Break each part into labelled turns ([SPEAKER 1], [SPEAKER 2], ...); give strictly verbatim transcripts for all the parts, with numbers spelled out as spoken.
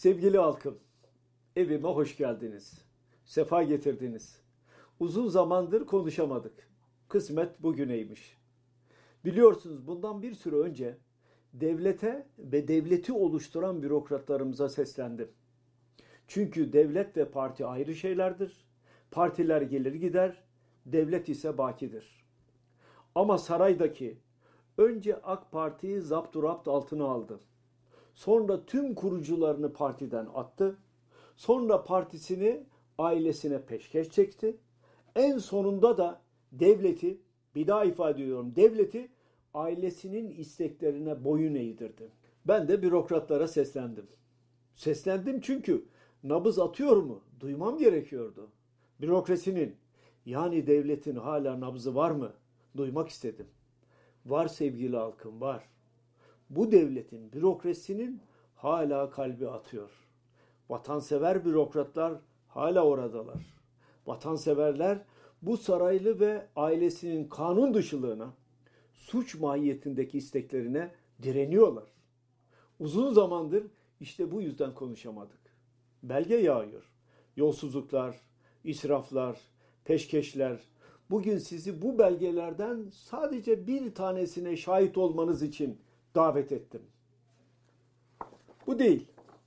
[SPEAKER 1] Sevgili halkım, evime hoş geldiniz. Sefa getirdiniz. Uzun zamandır konuşamadık. Kısmet bugüneymiş. Biliyorsunuz bundan bir süre önce devlete ve devleti oluşturan bürokratlarımıza seslendim. Çünkü devlet ve parti ayrı şeylerdir. Partiler gelir gider, devlet ise bakidir. Ama saraydaki önce AK Parti'yi zapturapt altına aldı. Sonra tüm kurucularını partiden attı. Sonra partisini ailesine peşkeş çekti. En sonunda da devleti, bir daha ifade ediyorum, devleti ailesinin isteklerine boyun eğdirdi. Ben de bürokratlara seslendim. Seslendim çünkü nabız atıyor mu? Duymam gerekiyordu. Bürokrasinin, yani devletin hala nabzı var mı? Duymak istedim. Var sevgili halkım, var. Bu devletin, bürokrasinin hala kalbi atıyor. Vatansever bürokratlar hala oradalar. Vatanseverler bu saraylı ve ailesinin kanun dışılığına, suç mahiyetindeki isteklerine direniyorlar. Uzun zamandır işte bu yüzden konuşamadık. Belge yağıyor. Yolsuzluklar, israflar, peşkeşler. Bugün sizi bu belgelerden sadece bir tanesine şahit olmanız için davet ettim. Bu değil.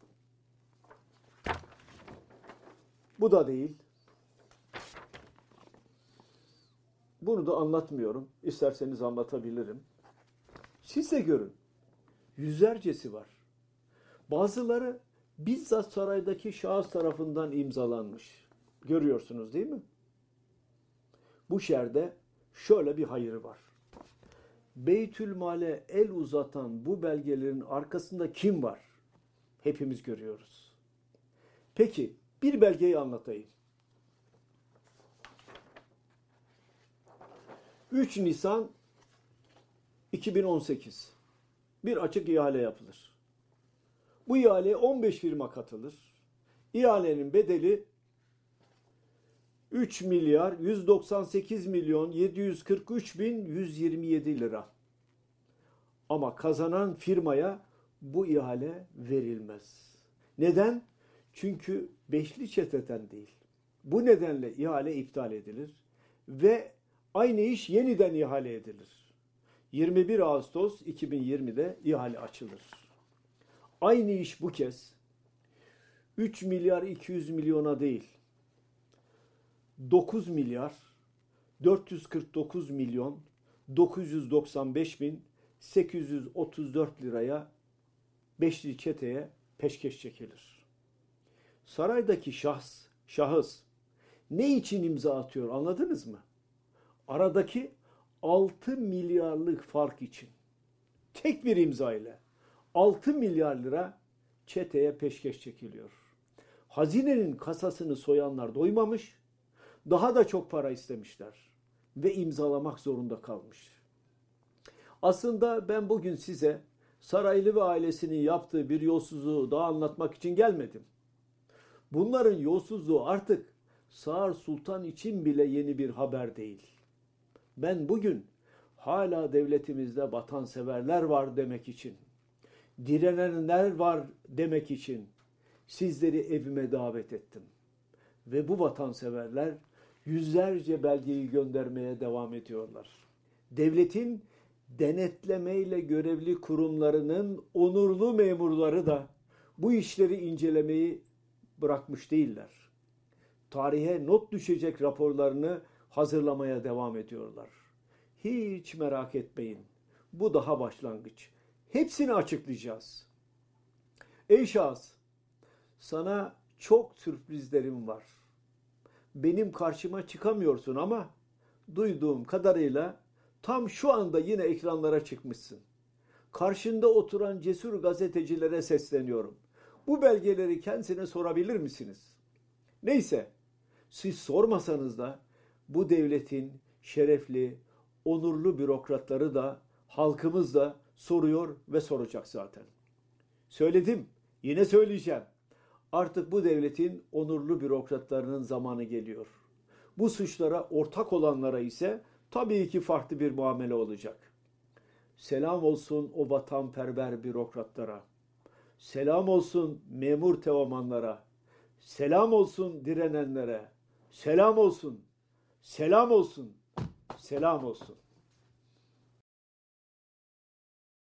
[SPEAKER 1] Bu da değil. Bunu da anlatmıyorum. İsterseniz anlatabilirim. Siz de görün. Yüzlercesi var. Bazıları bizzat saraydaki şahıs tarafından imzalanmış. Görüyorsunuz değil mi? Bu şerde şöyle bir hayır var. Beytülmale el uzatan bu belgelerin arkasında kim var? Hepimiz görüyoruz. Peki bir belgeyi anlatayım. üç Nisan iki bin on sekiz bir açık ihale yapılır. Bu ihaleye on beş firma katılır. İhalenin bedeli üç milyar yüz doksan sekiz milyon yedi yüz kırk üç bin yüz yirmi yedi lira. Ama kazanan firmaya bu ihale verilmez. Neden? Çünkü beşli çeteden değil. Bu nedenle ihale iptal edilir ve aynı iş yeniden ihale edilir. yirmi bir Ağustos iki bin yirmide ihale açılır. Aynı iş bu kez üç milyar iki yüz milyona değil, dokuz milyar dört yüz kırk dokuz milyon dokuz yüz doksan beş bin sekiz yüz otuz dört liraya beşli çeteye peşkeş çekilir. Saraydaki şahs, şahıs ne için imza atıyor anladınız mı? Aradaki altı milyarlık fark için. Tek bir imza ile altı milyar lira çeteye peşkeş çekiliyor. Hazinenin kasasını soyanlar doymamış, daha da çok para istemişler ve imzalamak zorunda kalmış. Aslında ben bugün size saraylı ve ailesinin yaptığı bir yolsuzluğu daha anlatmak için gelmedim. Bunların yolsuzluğu artık Sağır Sultan için bile yeni bir haber değil. Ben bugün hala devletimizde vatanseverler var demek için, direnenler var demek için sizleri evime davet ettim. Ve bu vatanseverler yüzlerce belgeyi göndermeye devam ediyorlar. Devletin denetlemeyle görevli kurumlarının onurlu memurları da bu işleri incelemeyi bırakmış değiller. Tarihe not düşecek raporlarını hazırlamaya devam ediyorlar. Hiç merak etmeyin. Bu daha başlangıç. Hepsini açıklayacağız. Ey şahıs, sana çok sürprizlerim var. Benim karşıma çıkamıyorsun ama duyduğum kadarıyla tam şu anda yine ekranlara çıkmışsın. Karşında oturan cesur gazetecilere sesleniyorum. Bu belgeleri kendisine sorabilir misiniz? Neyse, siz sormasanız da bu devletin şerefli, onurlu bürokratları da halkımız da soruyor ve soracak zaten. Söyledim, yine söyleyeceğim. Artık bu devletin onurlu bürokratlarının zamanı geliyor. Bu suçlara ortak olanlara ise tabii ki farklı bir muamele olacak. Selam olsun o vatanperver bürokratlara. Selam olsun memur teomanlara. Selam olsun direnenlere. Selam olsun. Selam olsun. Selam olsun.